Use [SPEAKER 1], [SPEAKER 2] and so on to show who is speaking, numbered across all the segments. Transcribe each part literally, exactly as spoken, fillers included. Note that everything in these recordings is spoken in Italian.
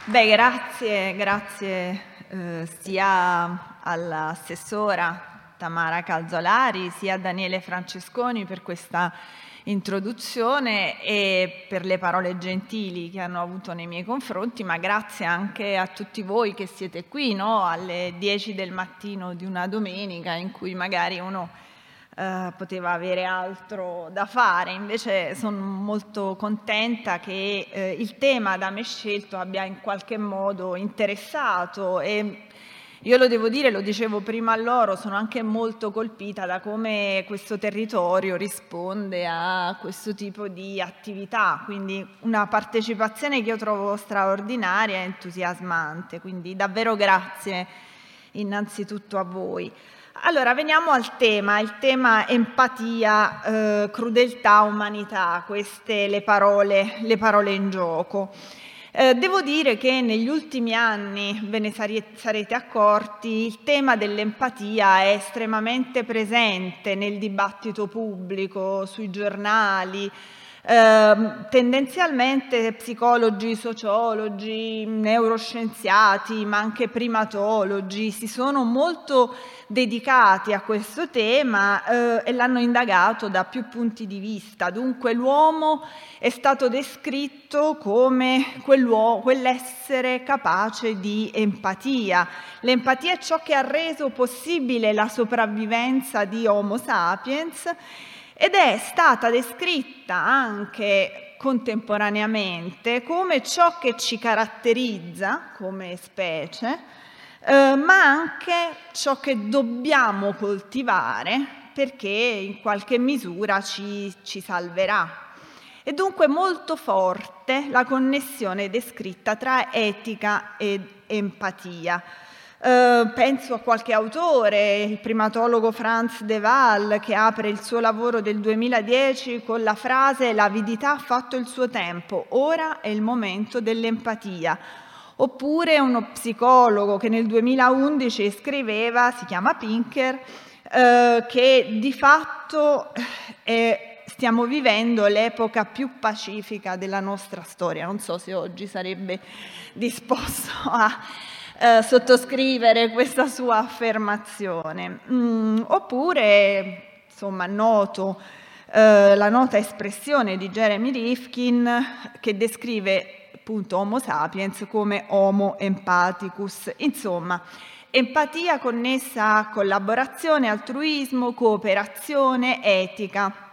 [SPEAKER 1] Beh, grazie, grazie eh, sia all'assessora Tamara Calzolari sia a Daniele Francesconi per questa introduzione e per le parole gentili che hanno avuto nei miei confronti, ma grazie anche a tutti voi che siete qui, no? Alle dieci del mattino di una domenica in cui magari uno Uh, poteva avere altro da fare. Invece sono molto contenta che eh, il tema da me scelto abbia in qualche modo interessato, e io lo devo dire, lo dicevo prima a loro, sono anche molto colpita da come questo territorio risponde a questo tipo di attività, quindi una partecipazione che io trovo straordinaria e entusiasmante, quindi davvero grazie innanzitutto a voi. Allora, veniamo al tema, il tema empatia, eh, crudeltà, umanità, queste le parole, le parole in gioco. Eh, devo dire che negli ultimi anni, ve ne sarete accorti, il tema dell'empatia è estremamente presente nel dibattito pubblico, sui giornali. Eh, tendenzialmente psicologi, sociologi, neuroscienziati, ma anche primatologi si sono molto dedicati a questo tema eh, e l'hanno indagato da più punti di vista. Dunque l'uomo è stato descritto come quell'essere capace di empatia. L'empatia è ciò che ha reso possibile la sopravvivenza di Homo sapiens ed è stata descritta anche contemporaneamente come ciò che ci caratterizza come specie, eh, ma anche ciò che dobbiamo coltivare perché in qualche misura ci, ci salverà. È dunque molto forte la connessione descritta tra etica ed empatia. Uh, penso a qualche autore, il primatologo Frans de Waal, che apre il suo lavoro del duemiladieci con la frase «L'avidità ha fatto il suo tempo, ora è il momento dell'empatia». Oppure uno psicologo che nel duemilaundici scriveva, si chiama Pinker, uh, che di fatto è, stiamo vivendo l'epoca più pacifica della nostra storia. Non so se oggi sarebbe disposto a Eh, sottoscrivere questa sua affermazione. Mm, oppure, insomma, noto eh, la nota espressione di Jeremy Rifkin che descrive appunto Homo sapiens come Homo empathicus. Insomma, empatia connessa a collaborazione, altruismo, cooperazione, etica.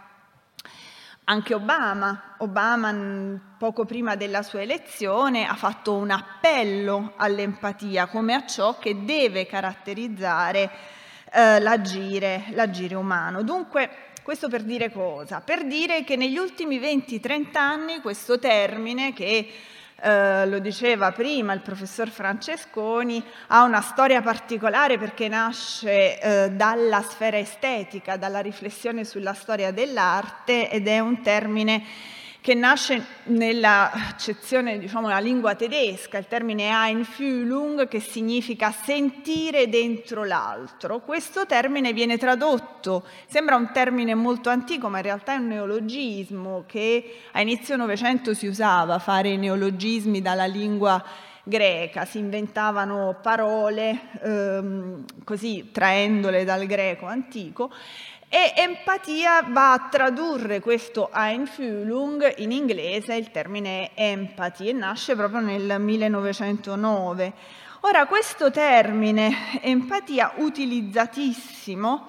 [SPEAKER 1] Anche Obama, Obama poco prima della sua elezione ha fatto un appello all'empatia come a ciò che deve caratterizzare eh, l'agire, l'agire umano. Dunque, questo per dire cosa? Per dire che negli ultimi venti trenta anni questo termine, che eh, lo diceva prima il professor Francesconi, ha una storia particolare perché nasce eh, dalla sfera estetica, dalla riflessione sulla storia dell'arte, ed è un termine che nasce nell'accezione, diciamo, la lingua tedesca, il termine Einfühlung, che significa sentire dentro l'altro. Questo termine viene tradotto, sembra un termine molto antico, ma in realtà è un neologismo che a inizio Novecento si usava, fare neologismi dalla lingua greca, si inventavano parole ehm, così traendole dal greco antico. E empatia va a tradurre questo Einfühlung in inglese, il termine è empathy, e nasce proprio nel millenovecentonove. Ora, questo termine empatia utilizzatissimo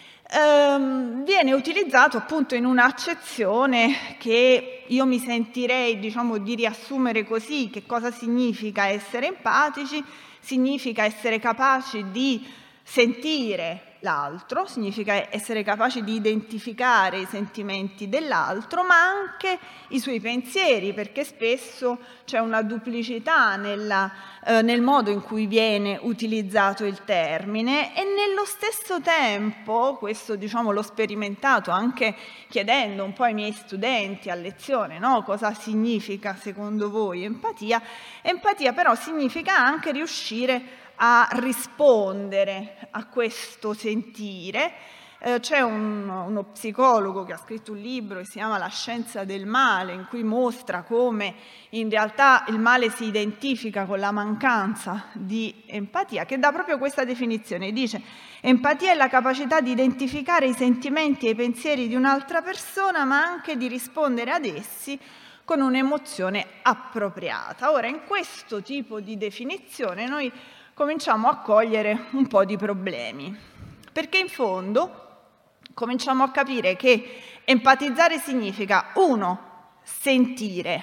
[SPEAKER 1] ehm, viene utilizzato appunto in un'accezione che io mi sentirei, diciamo, di riassumere così: che cosa significa essere empatici? Significa essere capaci di sentire l'altro, significa essere capaci di identificare i sentimenti dell'altro, ma anche i suoi pensieri, perché spesso c'è una duplicità nella, eh, nel modo in cui viene utilizzato il termine. E nello stesso tempo, questo, diciamo, l'ho sperimentato anche chiedendo un po' ai miei studenti a lezione, no? Cosa significa secondo voi empatia? Empatia però significa anche riuscire a rispondere a questo sentire Eh, c'è un, uno psicologo che ha scritto un libro che si chiama La scienza del male, in cui mostra come in realtà il male si identifica con la mancanza di empatia, che dà proprio questa definizione. Dice: empatia è la capacità di identificare i sentimenti e i pensieri di un'altra persona, ma anche di rispondere ad essi con un'emozione appropriata. Ora, in questo tipo di definizione noi cominciamo a cogliere un po' di problemi, perché in fondo cominciamo a capire che empatizzare significa, uno, sentire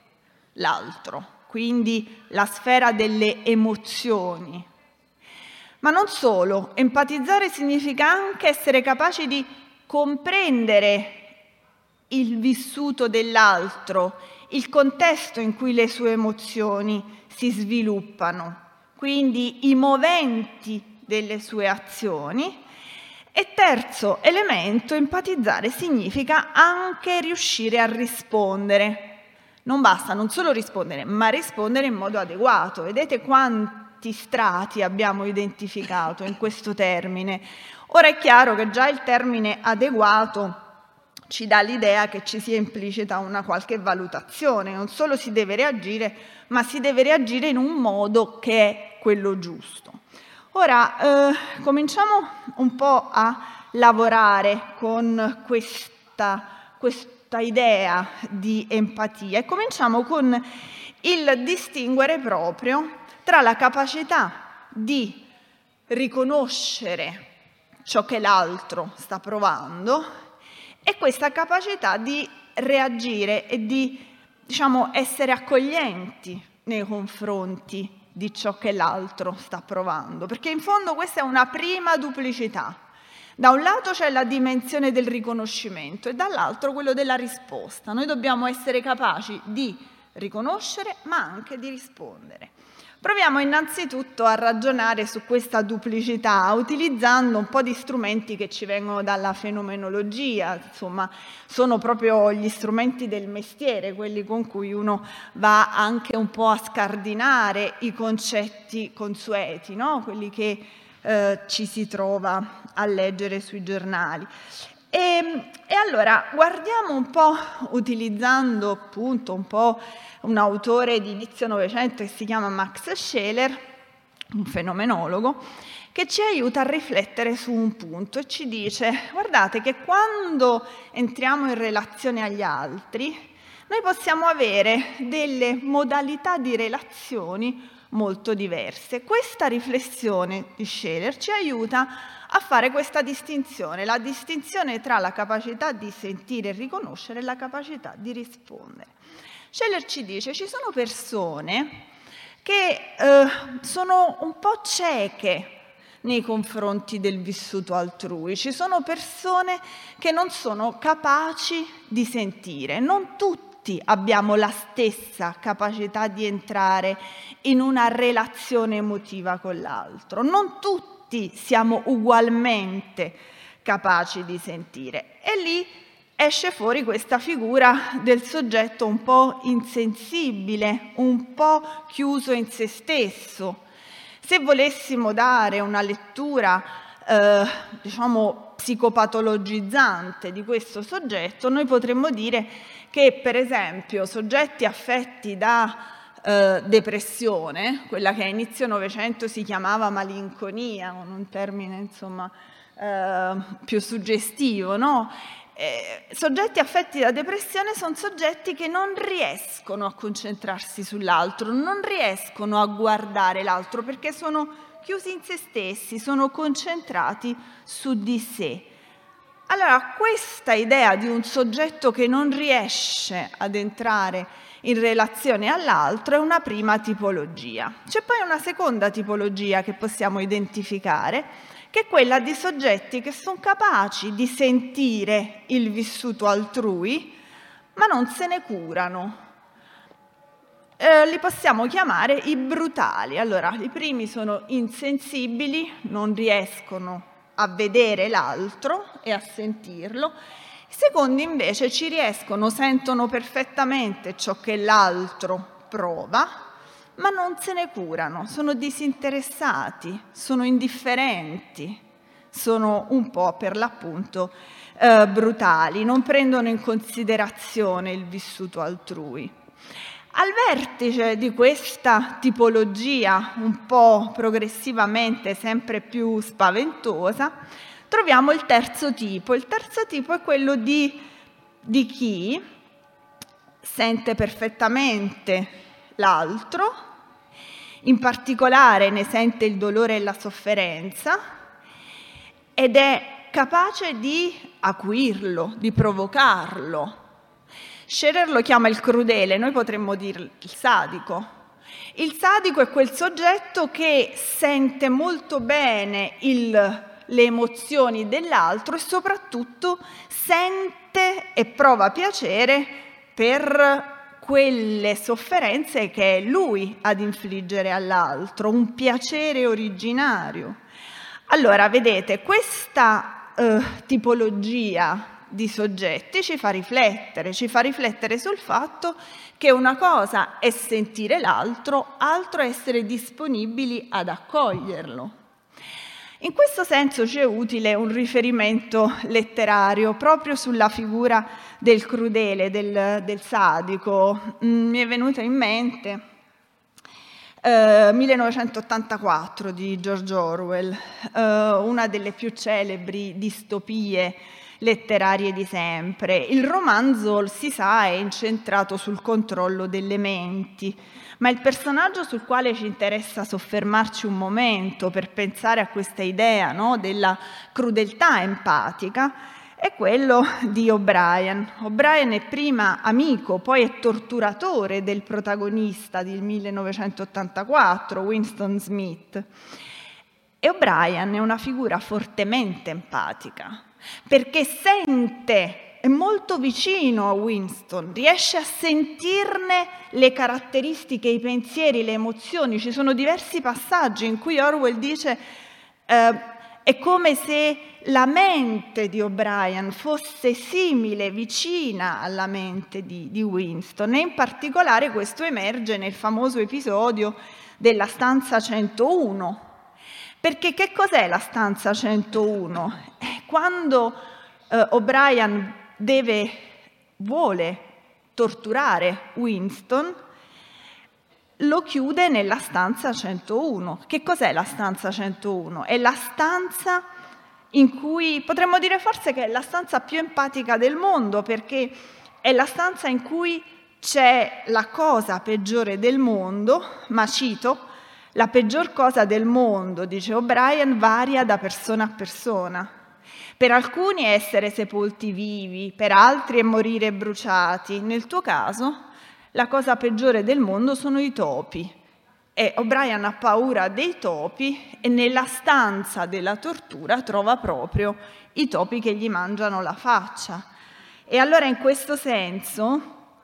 [SPEAKER 1] l'altro, quindi la sfera delle emozioni. Ma non solo, empatizzare significa anche essere capaci di comprendere il vissuto dell'altro, il contesto in cui le sue emozioni si sviluppano, quindi i moventi delle sue azioni. E terzo elemento, empatizzare significa anche riuscire a rispondere. Non basta non solo rispondere, ma rispondere in modo adeguato. Vedete quanti strati abbiamo identificato in questo termine. Ora è chiaro che già il termine adeguato ci dà l'idea che ci sia implicita una qualche valutazione. Non solo si deve reagire, ma si deve reagire in un modo che è quello giusto. Ora, eh, cominciamo un po' a lavorare con questa, questa idea di empatia e cominciamo con il distinguere proprio tra la capacità di riconoscere ciò che l'altro sta provando e questa capacità di reagire e di, diciamo, essere accoglienti nei confronti di ciò che l'altro sta provando, perché in fondo questa è una prima duplicità. Da un lato c'è la dimensione del riconoscimento e dall'altro quello della risposta. Noi dobbiamo essere capaci di riconoscere ma anche di rispondere. Proviamo innanzitutto a ragionare su questa duplicità utilizzando un po' di strumenti che ci vengono dalla fenomenologia, insomma sono proprio gli strumenti del mestiere, quelli con cui uno va anche un po' a scardinare i concetti consueti, no? Quelli che eh, ci si trova a leggere sui giornali. E, e allora guardiamo un po', utilizzando appunto un po' un autore di inizio Novecento che si chiama Max Scheler, un fenomenologo, che ci aiuta a riflettere su un punto e ci dice: guardate che quando entriamo in relazione agli altri, noi possiamo avere delle modalità di relazioni molto diverse. Questa riflessione di Scheler ci aiuta a fare questa distinzione, la distinzione tra la capacità di sentire e riconoscere e la capacità di rispondere. Scheler ci dice: ci sono persone che eh, sono un po' cieche nei confronti del vissuto altrui, ci sono persone che non sono capaci di sentire, non tutti abbiamo la stessa capacità di entrare in una relazione emotiva con l'altro, non tutti siamo ugualmente capaci di sentire. E lì esce fuori questa figura del soggetto un po' insensibile, un po' chiuso in se stesso. Se volessimo dare una lettura, eh, diciamo, psicopatologizzante di questo soggetto, noi potremmo dire che, per esempio, soggetti affetti da eh, depressione, quella che a inizio Novecento si chiamava malinconia, con un termine, insomma, eh, più suggestivo, no? Eh, soggetti affetti da depressione sono soggetti che non riescono a concentrarsi sull'altro, non riescono a guardare l'altro perché sono chiusi in se stessi, sono concentrati su di sé. Allora, questa idea di un soggetto che non riesce ad entrare in relazione all'altro è una prima tipologia. C'è poi una seconda tipologia che possiamo identificare, che è quella di soggetti che sono capaci di sentire il vissuto altrui, ma non se ne curano. Eh, li possiamo chiamare i brutali. Allora, i primi sono insensibili, non riescono a vedere l'altro e a sentirlo. I secondi invece ci riescono, sentono perfettamente ciò che l'altro prova, ma non se ne curano, sono disinteressati, sono indifferenti, sono un po' per l'appunto eh, brutali, non prendono in considerazione il vissuto altrui. Al vertice di questa tipologia, un po' progressivamente sempre più spaventosa, troviamo il terzo tipo. Il terzo tipo è quello di, di chi sente perfettamente l'altro, in particolare ne sente il dolore e la sofferenza ed è capace di acuirlo, di provocarlo. Scherer lo chiama il crudele, noi potremmo dire il sadico. Il sadico è quel soggetto che sente molto bene il, le emozioni dell'altro e soprattutto sente e prova piacere per quelle sofferenze che è lui ad infliggere all'altro, un piacere originario. Allora, vedete, questa eh, tipologia di soggetti ci fa riflettere, ci fa riflettere sul fatto che una cosa è sentire l'altro, altro è essere disponibili ad accoglierlo. In questo senso ci è utile un riferimento letterario proprio sulla figura del crudele, del, del sadico. Mm, mi è venuta in mente eh, millenovecentottantaquattro di George Orwell, eh, una delle più celebri distopie letterarie di sempre. Il romanzo, si sa, è incentrato sul controllo delle menti, ma il personaggio sul quale ci interessa soffermarci un momento per pensare a questa idea, no, della crudeltà empatica è quello di O'Brien. O'Brien è prima amico, poi è torturatore del protagonista del millenovecentottantaquattro, Winston Smith. E O'Brien è una figura fortemente empatica, perché sente, è molto vicino a Winston, riesce a sentirne le caratteristiche, i pensieri, le emozioni. Ci sono diversi passaggi in cui Orwell dice eh, è come se la mente di O'Brien fosse simile, vicina alla mente di, di Winston, e in particolare questo emerge nel famoso episodio della stanza centouno. Perché che cos'è la stanza centouno? Quando eh, O'Brien deve, vuole torturare Winston, lo chiude nella stanza centouno. Che cos'è la stanza centouno? È la stanza in cui, potremmo dire forse che è la stanza più empatica del mondo, perché è la stanza in cui c'è la cosa peggiore del mondo, ma cito, la peggior cosa del mondo, dice O'Brien, varia da persona a persona. Per alcuni è essere sepolti vivi, per altri è morire bruciati. Nel tuo caso, la cosa peggiore del mondo sono i topi. E O'Brien ha paura dei topi e nella stanza della tortura trova proprio i topi che gli mangiano la faccia. E allora in questo senso,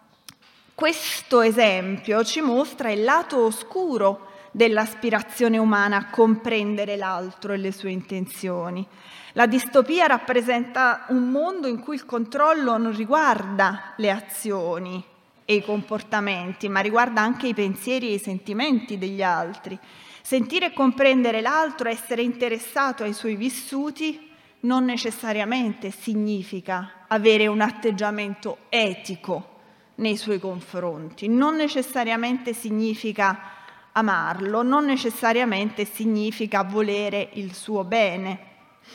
[SPEAKER 1] questo esempio ci mostra il lato oscuro dell'aspirazione umana a comprendere l'altro e le sue intenzioni. La distopia rappresenta un mondo in cui il controllo non riguarda le azioni e i comportamenti, ma riguarda anche i pensieri e i sentimenti degli altri. Sentire e comprendere l'altro, essere interessato ai suoi vissuti, non necessariamente significa avere un atteggiamento etico nei suoi confronti, non necessariamente significa amarlo, non necessariamente significa volere il suo bene.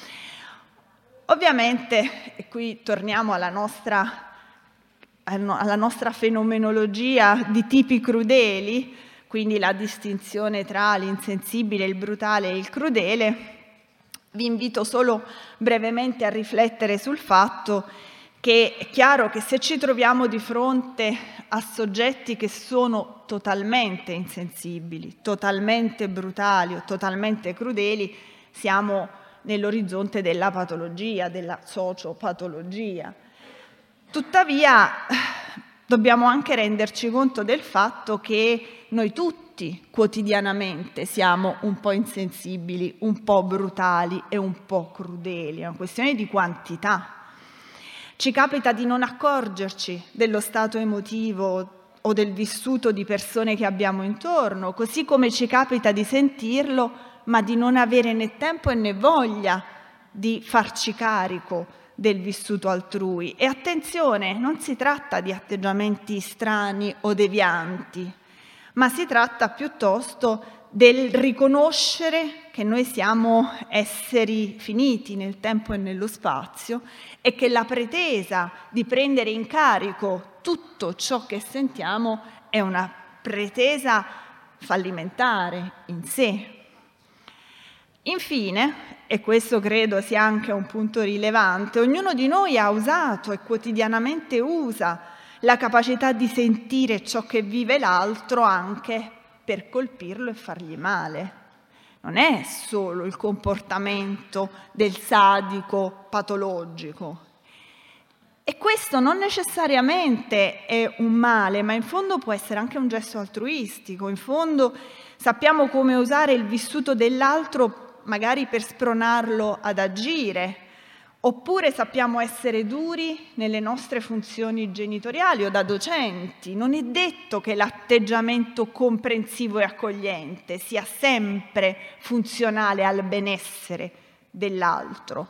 [SPEAKER 1] Ovviamente, e qui torniamo alla nostra, alla nostra fenomenologia di tipi crudeli, quindi la distinzione tra l'insensibile, il brutale e il crudele, vi invito solo brevemente a riflettere sul fatto che è chiaro che se ci troviamo di fronte a soggetti che sono totalmente insensibili, totalmente brutali o totalmente crudeli, siamo nell'orizzonte della patologia, della sociopatologia. Tuttavia, dobbiamo anche renderci conto del fatto che noi tutti quotidianamente siamo un po' insensibili, un po' brutali e un po' crudeli, è una questione di quantità. Ci capita di non accorgerci dello stato emotivo o del vissuto di persone che abbiamo intorno, così come ci capita di sentirlo, ma di non avere né tempo né voglia di farci carico del vissuto altrui. E attenzione, non si tratta di atteggiamenti strani o devianti, ma si tratta piuttosto del riconoscere che noi siamo esseri finiti nel tempo e nello spazio e che la pretesa di prendere in carico tutto ciò che sentiamo è una pretesa fallimentare in sé. Infine, e questo credo sia anche un punto rilevante, ognuno di noi ha usato e quotidianamente usa la capacità di sentire ciò che vive l'altro anche per colpirlo e fargli male. Non è solo il comportamento del sadico patologico. E questo non necessariamente è un male, ma in fondo può essere anche un gesto altruistico. In fondo sappiamo come usare il vissuto dell'altro magari per spronarlo ad agire, oppure sappiamo essere duri nelle nostre funzioni genitoriali o da docenti. Non è detto che l'atteggiamento comprensivo e accogliente sia sempre funzionale al benessere dell'altro.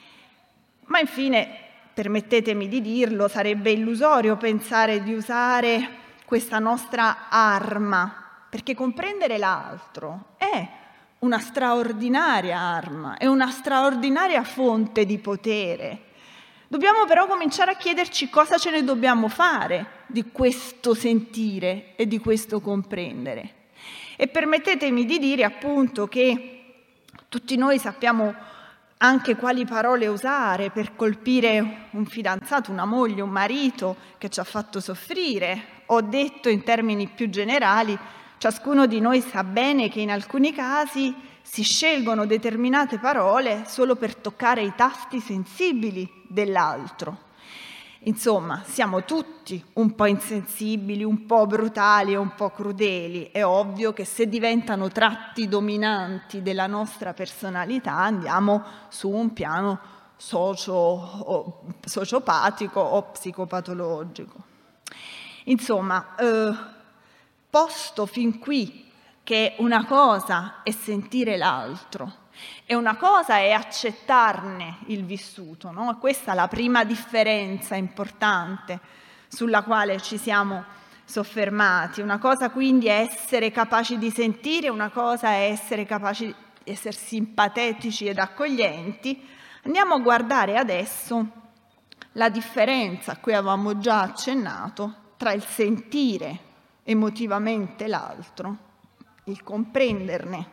[SPEAKER 1] Ma infine, permettetemi di dirlo, sarebbe illusorio pensare di usare questa nostra arma, perché comprendere l'altro è una straordinaria arma, è una straordinaria fonte di potere. Dobbiamo però cominciare a chiederci cosa ce ne dobbiamo fare di questo sentire e di questo comprendere. E permettetemi di dire appunto che tutti noi sappiamo anche quali parole usare per colpire un fidanzato, una moglie, un marito che ci ha fatto soffrire. Ho detto in termini più generali, ciascuno di noi sa bene che in alcuni casi si scelgono determinate parole solo per toccare i tasti sensibili dell'altro. Insomma, siamo tutti un po' insensibili, un po' brutali e un po' crudeli. È ovvio che se diventano tratti dominanti della nostra personalità andiamo su un piano socio, o sociopatico o psicopatologico. Insomma, eh, posto fin qui che una cosa è sentire l'altro e una cosa è accettarne il vissuto, no? Questa è la prima differenza importante sulla quale ci siamo soffermati. Una cosa quindi è essere capaci di sentire, una cosa è essere capaci di essere simpatetici ed accoglienti. Andiamo a guardare adesso la differenza a cui avevamo già accennato tra il sentire emotivamente l'altro, il comprenderne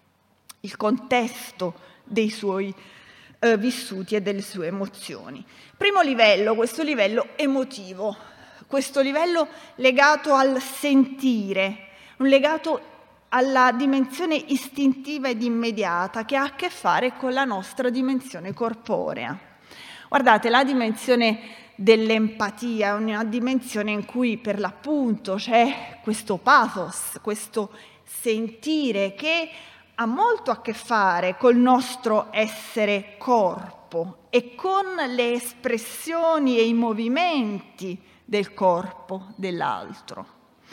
[SPEAKER 1] il contesto dei suoi eh, vissuti e delle sue emozioni. Primo livello, questo livello emotivo, questo livello legato al sentire, un legato alla dimensione istintiva ed immediata che ha a che fare con la nostra dimensione corporea. Guardate, la dimensione dell'empatia è una dimensione in cui per l'appunto c'è questo pathos, questo sentire che ha molto a che fare col nostro essere corpo e con le espressioni e i movimenti del corpo dell'altro.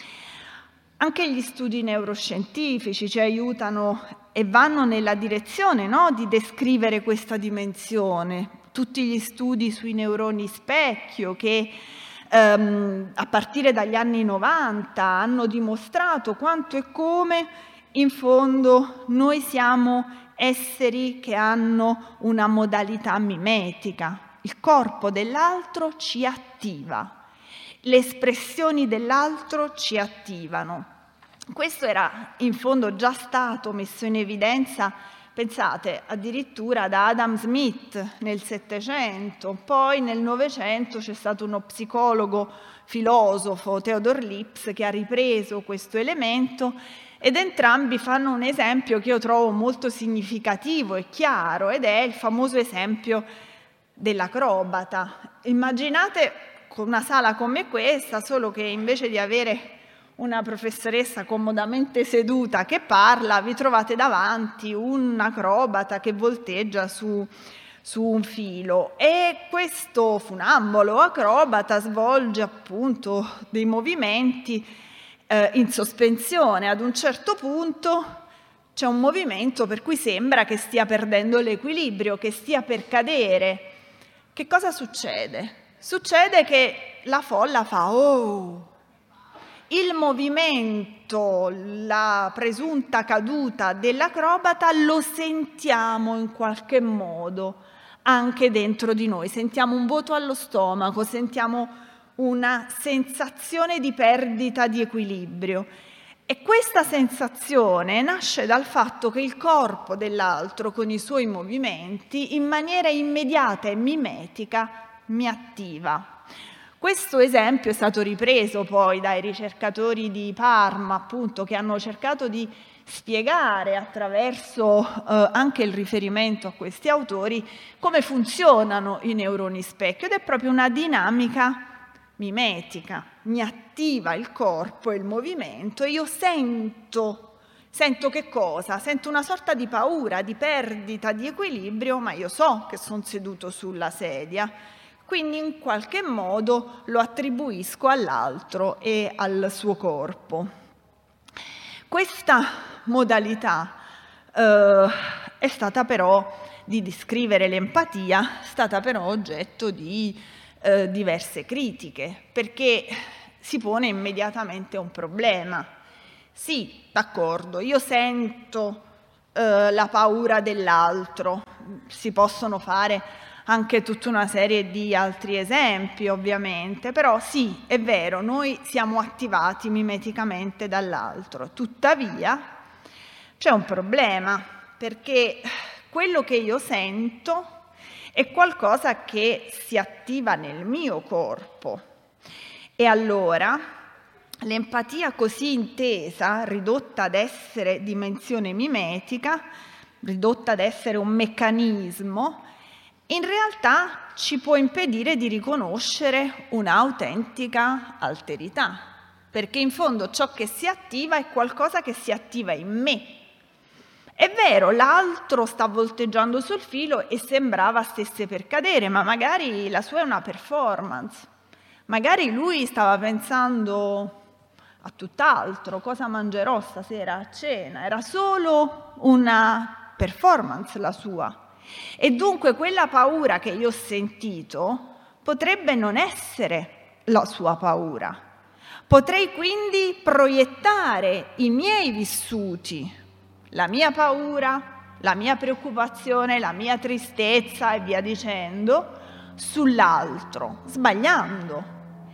[SPEAKER 1] Anche gli studi neuroscientifici ci aiutano e vanno nella direzione, no, di descrivere questa dimensione. Tutti gli studi sui neuroni specchio che ehm, a partire dagli anni novanta hanno dimostrato quanto e come in fondo noi siamo esseri che hanno una modalità mimetica. Il corpo dell'altro ci attiva, le espressioni dell'altro ci attivano. Questo era in fondo già stato messo in evidenza, pensate, addirittura da Adam Smith nel Settecento, poi nel Novecento c'è stato uno psicologo filosofo, Theodor Lipps, che ha ripreso questo elemento ed entrambi fanno un esempio che io trovo molto significativo e chiaro, ed è il famoso esempio dell'acrobata. Immaginate con una sala come questa, solo che invece di avere una professoressa comodamente seduta che parla, vi trovate davanti un acrobata che volteggia su, su un filo, e questo funambolo acrobata svolge appunto dei movimenti in sospensione. Ad un certo punto c'è un movimento per cui sembra che stia perdendo l'equilibrio, che stia per cadere. Che cosa succede? Succede che la folla fa «oh». Il movimento, la presunta caduta dell'acrobata lo sentiamo in qualche modo anche dentro di noi. Sentiamo un vuoto allo stomaco, sentiamo una sensazione di perdita di equilibrio. E questa sensazione nasce dal fatto che il corpo dell'altro, con i suoi movimenti, in maniera immediata e mimetica, mi attiva. Questo esempio è stato ripreso poi dai ricercatori di Parma, appunto, che hanno cercato di spiegare attraverso eh, anche il riferimento a questi autori come funzionano i neuroni specchio, ed è proprio una dinamica mimetica. Mi attiva il corpo e il movimento e io sento, sento che cosa? Sento una sorta di paura, di perdita di equilibrio, ma io so che sono seduto sulla sedia. Quindi in qualche modo lo attribuisco all'altro e al suo corpo. Questa modalità eh, è stata però, di descrivere l'empatia, è stata però oggetto di eh, diverse critiche, perché si pone immediatamente un problema. Sì, d'accordo, io sento eh, la paura dell'altro, si possono fare anche tutta una serie di altri esempi, ovviamente, però sì, è vero, noi siamo attivati mimeticamente dall'altro. Tuttavia c'è un problema, perché quello che io sento è qualcosa che si attiva nel mio corpo. E allora l'empatia così intesa, ridotta ad essere dimensione mimetica, ridotta ad essere un meccanismo, in realtà ci può impedire di riconoscere un'autentica alterità, perché in fondo ciò che si attiva è qualcosa che si attiva in me. È vero, l'altro sta volteggiando sul filo e sembrava stesse per cadere, ma magari la sua è una performance. Magari lui stava pensando a tutt'altro, cosa mangerò stasera a cena, era solo una performance la sua. E dunque quella paura che io ho sentito potrebbe non essere la sua paura. Potrei quindi proiettare i miei vissuti, la mia paura, la mia preoccupazione, la mia tristezza e via dicendo, sull'altro, sbagliando.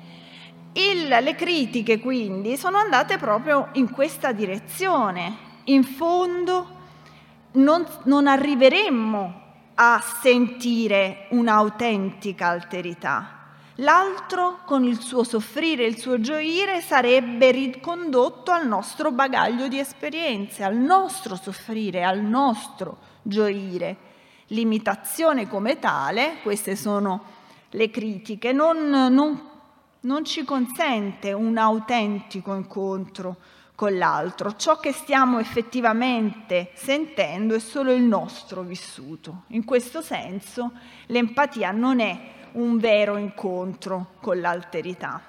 [SPEAKER 1] Il, le critiche quindi sono andate proprio in questa direzione. In fondo non, non arriveremmo a sentire un'autentica alterità. L'altro, con il suo soffrire e il suo gioire, sarebbe ricondotto al nostro bagaglio di esperienze, al nostro soffrire, al nostro gioire. L'imitazione come tale, queste sono le critiche, non, non, non ci consente un autentico incontro con l'altro. Ciò che stiamo effettivamente sentendo è solo il nostro vissuto. In questo senso l'empatia non è un vero incontro con l'alterità.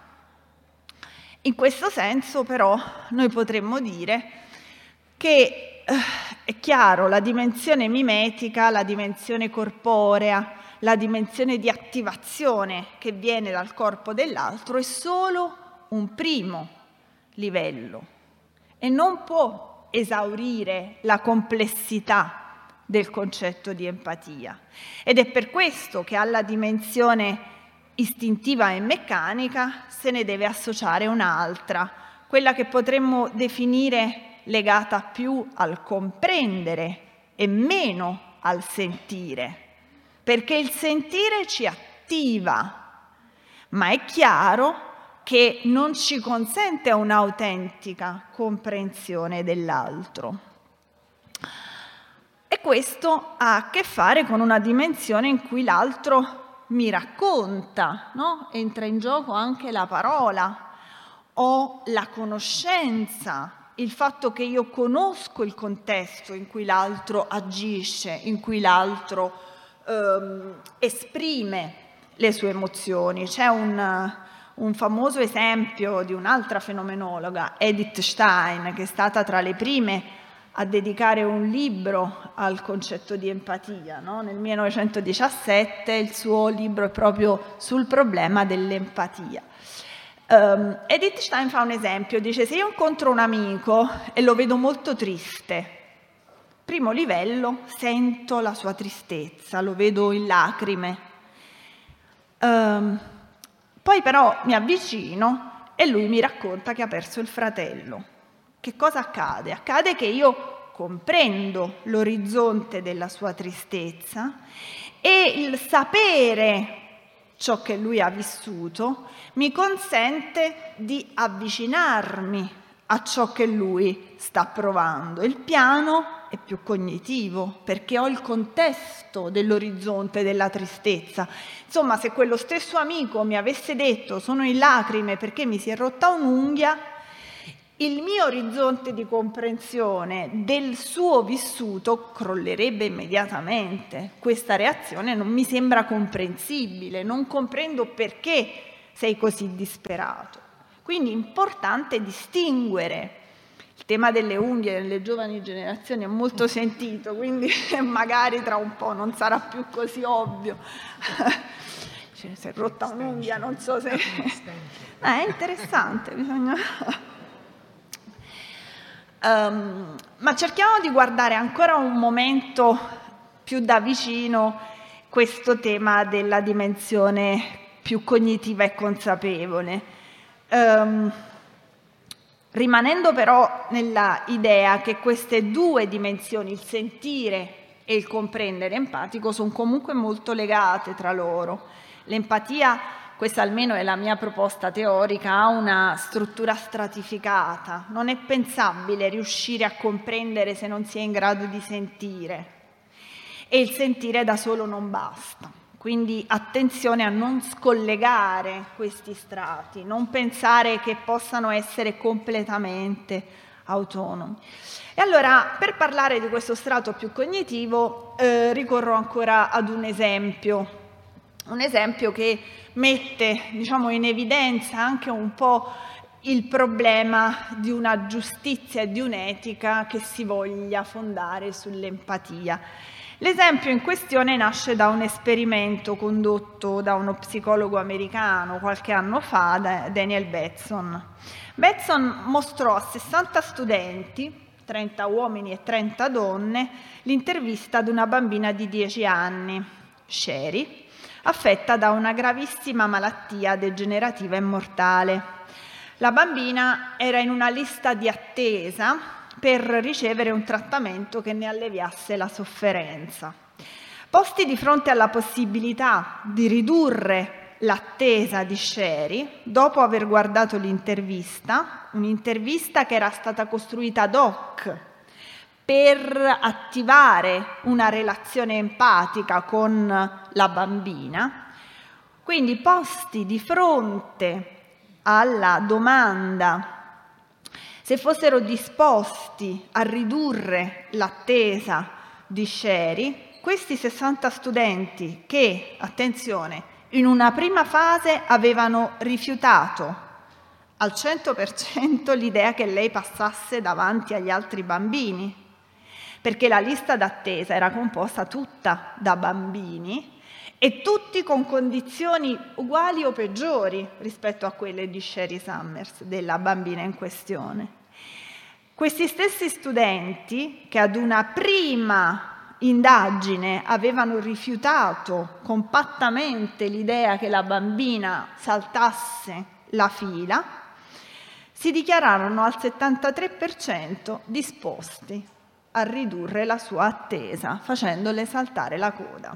[SPEAKER 1] In questo senso però noi potremmo dire che eh, è chiaro, la dimensione mimetica, la dimensione corporea, la dimensione di attivazione che viene dal corpo dell'altro è solo un primo livello e non può esaurire la complessità del concetto di empatia. Ed è per questo che alla dimensione istintiva e meccanica se ne deve associare un'altra, quella che potremmo definire legata più al comprendere e meno al sentire, perché il sentire ci attiva, ma è chiaro che non ci consente un'autentica comprensione dell'altro. E questo ha a che fare con una dimensione in cui l'altro mi racconta, no? Entra in gioco anche la parola o la conoscenza, il fatto che io conosco il contesto in cui l'altro agisce, in cui l'altro ehm, esprime le sue emozioni. C'è un, un famoso esempio di un'altra fenomenologa, Edith Stein, che è stata tra le prime a dedicare un libro al concetto di empatia, no? Nel millenovecentodiciassette il suo libro è proprio sul problema dell'empatia. Um, Edith Stein fa un esempio, dice: se io incontro un amico e lo vedo molto triste, primo livello, sento la sua tristezza, lo vedo in lacrime. Um, poi però mi avvicino e lui mi racconta che ha perso il fratello. Che cosa accade? Accade che io comprendo l'orizzonte della sua tristezza e il sapere ciò che lui ha vissuto mi consente di avvicinarmi a ciò che lui sta provando. Il piano è più cognitivo perché ho il contesto dell'orizzonte della tristezza. Insomma, se quello stesso amico mi avesse detto sono in lacrime perché mi si è rotta un'unghia, il mio orizzonte di comprensione del suo vissuto crollerebbe immediatamente. Questa reazione non mi sembra comprensibile, non comprendo perché sei così disperato. Quindi è importante distinguere. Il tema delle unghie nelle giovani generazioni è molto sentito, quindi magari tra un po' non sarà più così ovvio. Cioè, si è rotta un'unghia, non so se... Ah, è interessante, bisogna... Um, ma cerchiamo di guardare ancora un momento più da vicino questo tema della dimensione più cognitiva e consapevole, um, rimanendo però nella idea che queste due dimensioni, il sentire e il comprendere empatico, sono comunque molto legate tra loro. L'empatia, questa almeno è la mia proposta teorica, ha una struttura stratificata. Non è pensabile riuscire a comprendere se non si è in grado di sentire. E il sentire da solo non basta. Quindi attenzione a non scollegare questi strati, non pensare che possano essere completamente autonomi. E allora, per parlare di questo strato più cognitivo, eh, ricorro ancora ad un esempio. Un esempio che mette, diciamo, in evidenza anche un po' il problema di una giustizia e di un'etica che si voglia fondare sull'empatia. L'esempio in questione nasce da un esperimento condotto da uno psicologo americano qualche anno fa, Daniel Batson. Batson mostrò a sessanta studenti, trenta uomini e trenta donne, l'intervista ad una bambina di dieci anni, Sherry, affetta da una gravissima malattia degenerativa e mortale. La bambina era in una lista di attesa per ricevere un trattamento che ne alleviasse la sofferenza. Posti di fronte alla possibilità di ridurre l'attesa di Sherry, dopo aver guardato l'intervista, un'intervista che era stata costruita ad hoc per attivare una relazione empatica con la bambina, quindi posti di fronte alla domanda se fossero disposti a ridurre l'attesa di Sherry, questi sessanta studenti che, attenzione, in una prima fase avevano rifiutato al cento per cento l'idea che lei passasse davanti agli altri bambini, perché la lista d'attesa era composta tutta da bambini e tutti con condizioni uguali o peggiori rispetto a quelle di Sherry Summers, della bambina in questione. Questi stessi studenti, che ad una prima indagine avevano rifiutato compattamente l'idea che la bambina saltasse la fila, si dichiararono al settantatré per cento disposti a ridurre la sua attesa, facendole saltare la coda.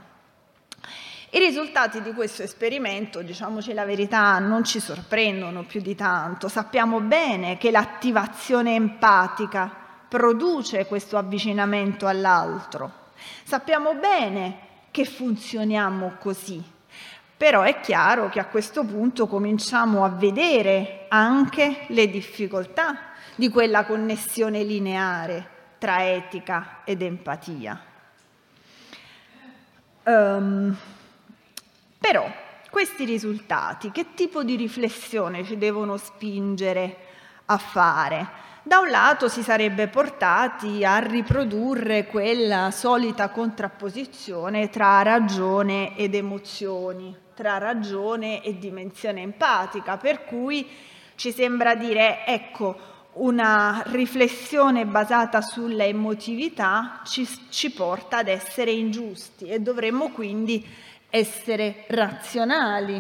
[SPEAKER 1] I risultati di questo esperimento, diciamoci la verità, non ci sorprendono più di tanto. Sappiamo bene che l'attivazione empatica produce questo avvicinamento all'altro. Sappiamo bene che funzioniamo così. Però è chiaro che a questo punto cominciamo a vedere anche le difficoltà di quella connessione lineare tra etica ed empatia. Um, però questi risultati che tipo di riflessione ci devono spingere a fare. Da un lato si sarebbe portati a riprodurre quella solita contrapposizione tra ragione ed emozioni, tra ragione e dimensione empatica, per cui ci sembra dire, ecco, una riflessione basata sulla emotività ci, ci porta ad essere ingiusti e dovremmo quindi essere razionali.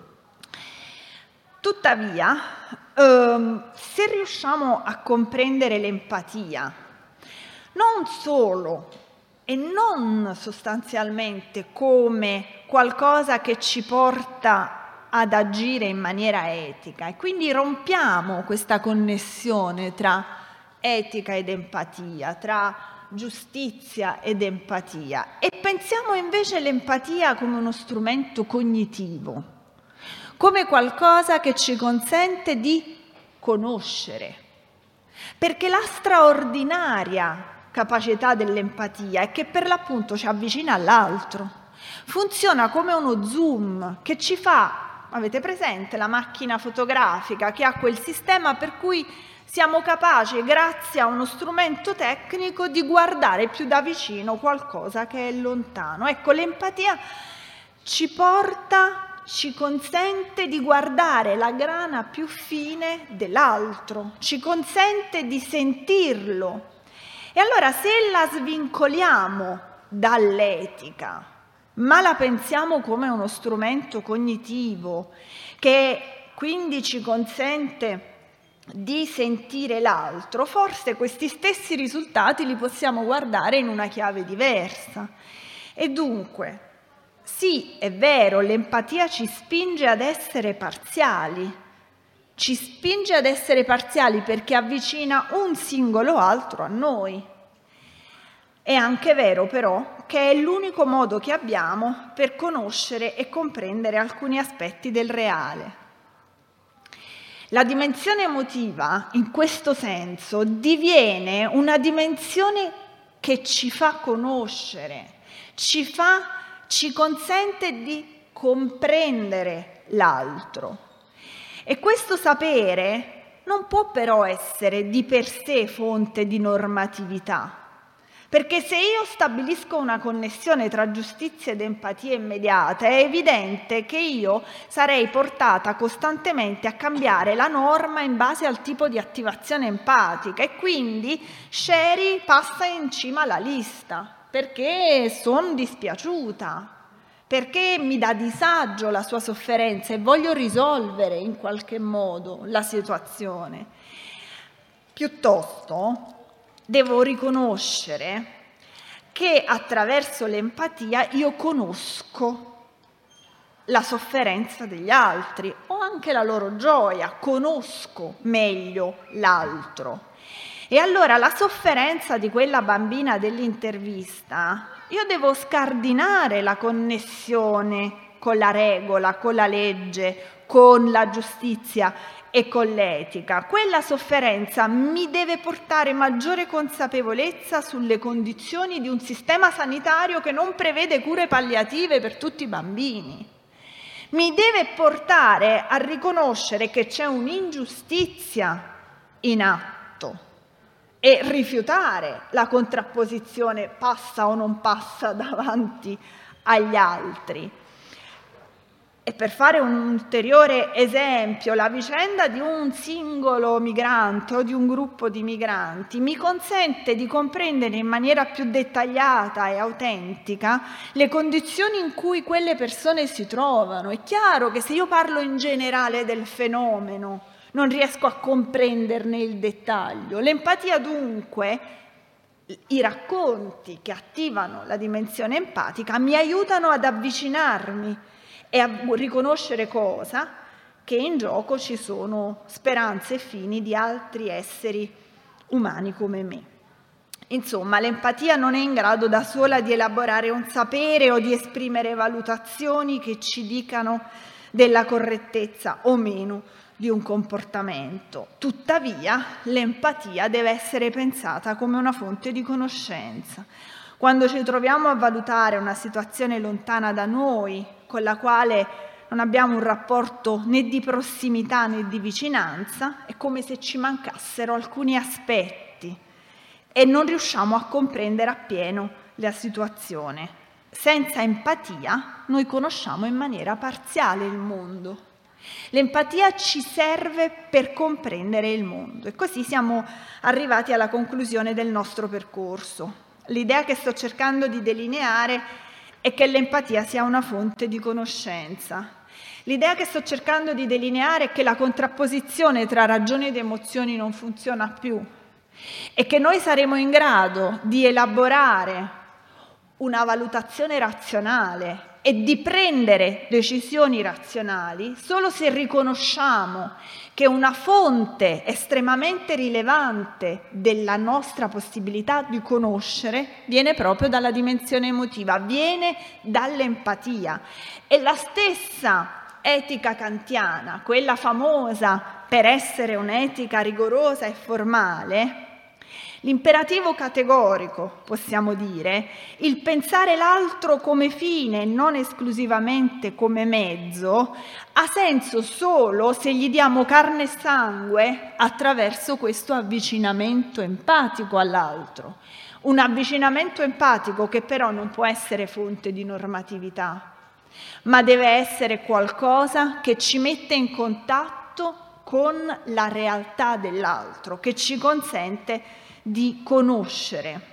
[SPEAKER 1] Tuttavia, ehm, se riusciamo a comprendere l'empatia, non solo e non sostanzialmente come qualcosa che ci porta ad agire in maniera etica, e quindi rompiamo questa connessione tra etica ed empatia, tra giustizia ed empatia, e pensiamo invece all'empatia come uno strumento cognitivo, come qualcosa che ci consente di conoscere, perché la straordinaria capacità dell'empatia è che per l'appunto ci avvicina all'altro, funziona come uno zoom che ci fa, avete presente la macchina fotografica che ha quel sistema per cui siamo capaci, grazie a uno strumento tecnico, di guardare più da vicino qualcosa che è lontano. Ecco, l'empatia ci porta, ci consente di guardare la grana più fine dell'altro, ci consente di sentirlo. E allora, se la svincoliamo dall'etica, ma la pensiamo come uno strumento cognitivo che quindi ci consente di sentire l'altro, forse questi stessi risultati li possiamo guardare in una chiave diversa. E dunque, sì, è vero, l'empatia ci spinge ad essere parziali, ci spinge ad essere parziali perché avvicina un singolo altro a noi. È anche vero però che è l'unico modo che abbiamo per conoscere e comprendere alcuni aspetti del reale. La dimensione emotiva, in questo senso, diviene una dimensione che ci fa conoscere, ci fa, ci consente di comprendere l'altro. E questo sapere non può però essere di per sé fonte di normatività. Perché se io stabilisco una connessione tra giustizia ed empatia immediata, è evidente che io sarei portata costantemente a cambiare la norma in base al tipo di attivazione empatica e quindi Sherry passa in cima alla lista, perché sono dispiaciuta, perché mi dà disagio la sua sofferenza e voglio risolvere in qualche modo la situazione. Piuttosto devo riconoscere che attraverso l'empatia io conosco la sofferenza degli altri o anche la loro gioia, conosco meglio l'altro. E allora la sofferenza di quella bambina dell'intervista, io devo scardinare la connessione con la regola, con la legge, con la giustizia e con l'etica. Quella sofferenza mi deve portare maggiore consapevolezza sulle condizioni di un sistema sanitario che non prevede cure palliative per tutti i bambini. Mi deve portare a riconoscere che c'è un'ingiustizia in atto e rifiutare la contrapposizione passa o non passa davanti agli altri. E per fare un ulteriore esempio, la vicenda di un singolo migrante o di un gruppo di migranti mi consente di comprendere in maniera più dettagliata e autentica le condizioni in cui quelle persone si trovano. È chiaro che se io parlo in generale del fenomeno non riesco a comprenderne il dettaglio. L'empatia dunque, i racconti che attivano la dimensione empatica mi aiutano ad avvicinarmi e a riconoscere cosa? Che in gioco ci sono speranze e fini di altri esseri umani come me. Insomma, l'empatia non è in grado da sola di elaborare un sapere o di esprimere valutazioni che ci dicano della correttezza o meno di un comportamento. Tuttavia, l'empatia deve essere pensata come una fonte di conoscenza. Quando ci troviamo a valutare una situazione lontana da noi, con la quale non abbiamo un rapporto né di prossimità né di vicinanza, è come se ci mancassero alcuni aspetti e non riusciamo a comprendere appieno la situazione. Senza empatia noi conosciamo in maniera parziale il mondo. L'empatia ci serve per comprendere il mondo e così siamo arrivati alla conclusione del nostro percorso. L'idea che sto cercando di delineare è che l'empatia sia una fonte di conoscenza. L'idea che sto cercando di delineare è che la contrapposizione tra ragione ed emozioni non funziona più e che noi saremo in grado di elaborare una valutazione razionale e di prendere decisioni razionali solo se riconosciamo che una fonte estremamente rilevante della nostra possibilità di conoscere viene proprio dalla dimensione emotiva, viene dall'empatia. E la stessa etica kantiana, quella famosa per essere un'etica rigorosa e formale, l'imperativo categorico, possiamo dire, il pensare l'altro come fine e non esclusivamente come mezzo, ha senso solo se gli diamo carne e sangue attraverso questo avvicinamento empatico all'altro. Un avvicinamento empatico che però non può essere fonte di normatività, ma deve essere qualcosa che ci mette in contatto con la realtà dell'altro, che ci consente di conoscere.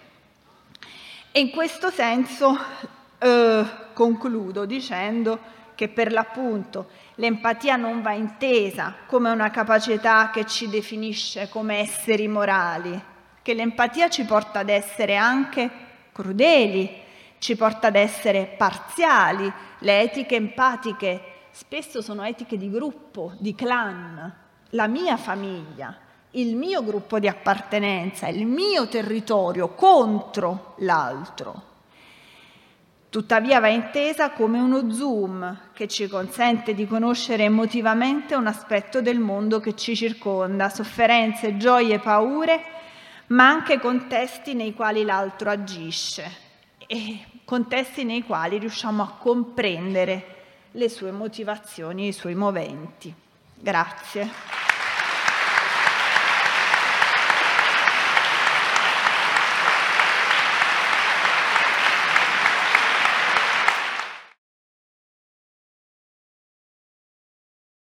[SPEAKER 1] E in questo senso eh, concludo dicendo che per l'appunto l'empatia non va intesa come una capacità che ci definisce come esseri morali, che l'empatia ci porta ad essere anche crudeli, ci porta ad essere parziali. Le etiche empatiche spesso sono etiche di gruppo, di clan, la mia famiglia, il mio gruppo di appartenenza, il mio territorio contro l'altro. Tuttavia va intesa come uno zoom che ci consente di conoscere emotivamente un aspetto del mondo che ci circonda, sofferenze, gioie, paure, ma anche contesti nei quali l'altro agisce e contesti nei quali riusciamo a comprendere le sue motivazioni e i suoi moventi. Grazie.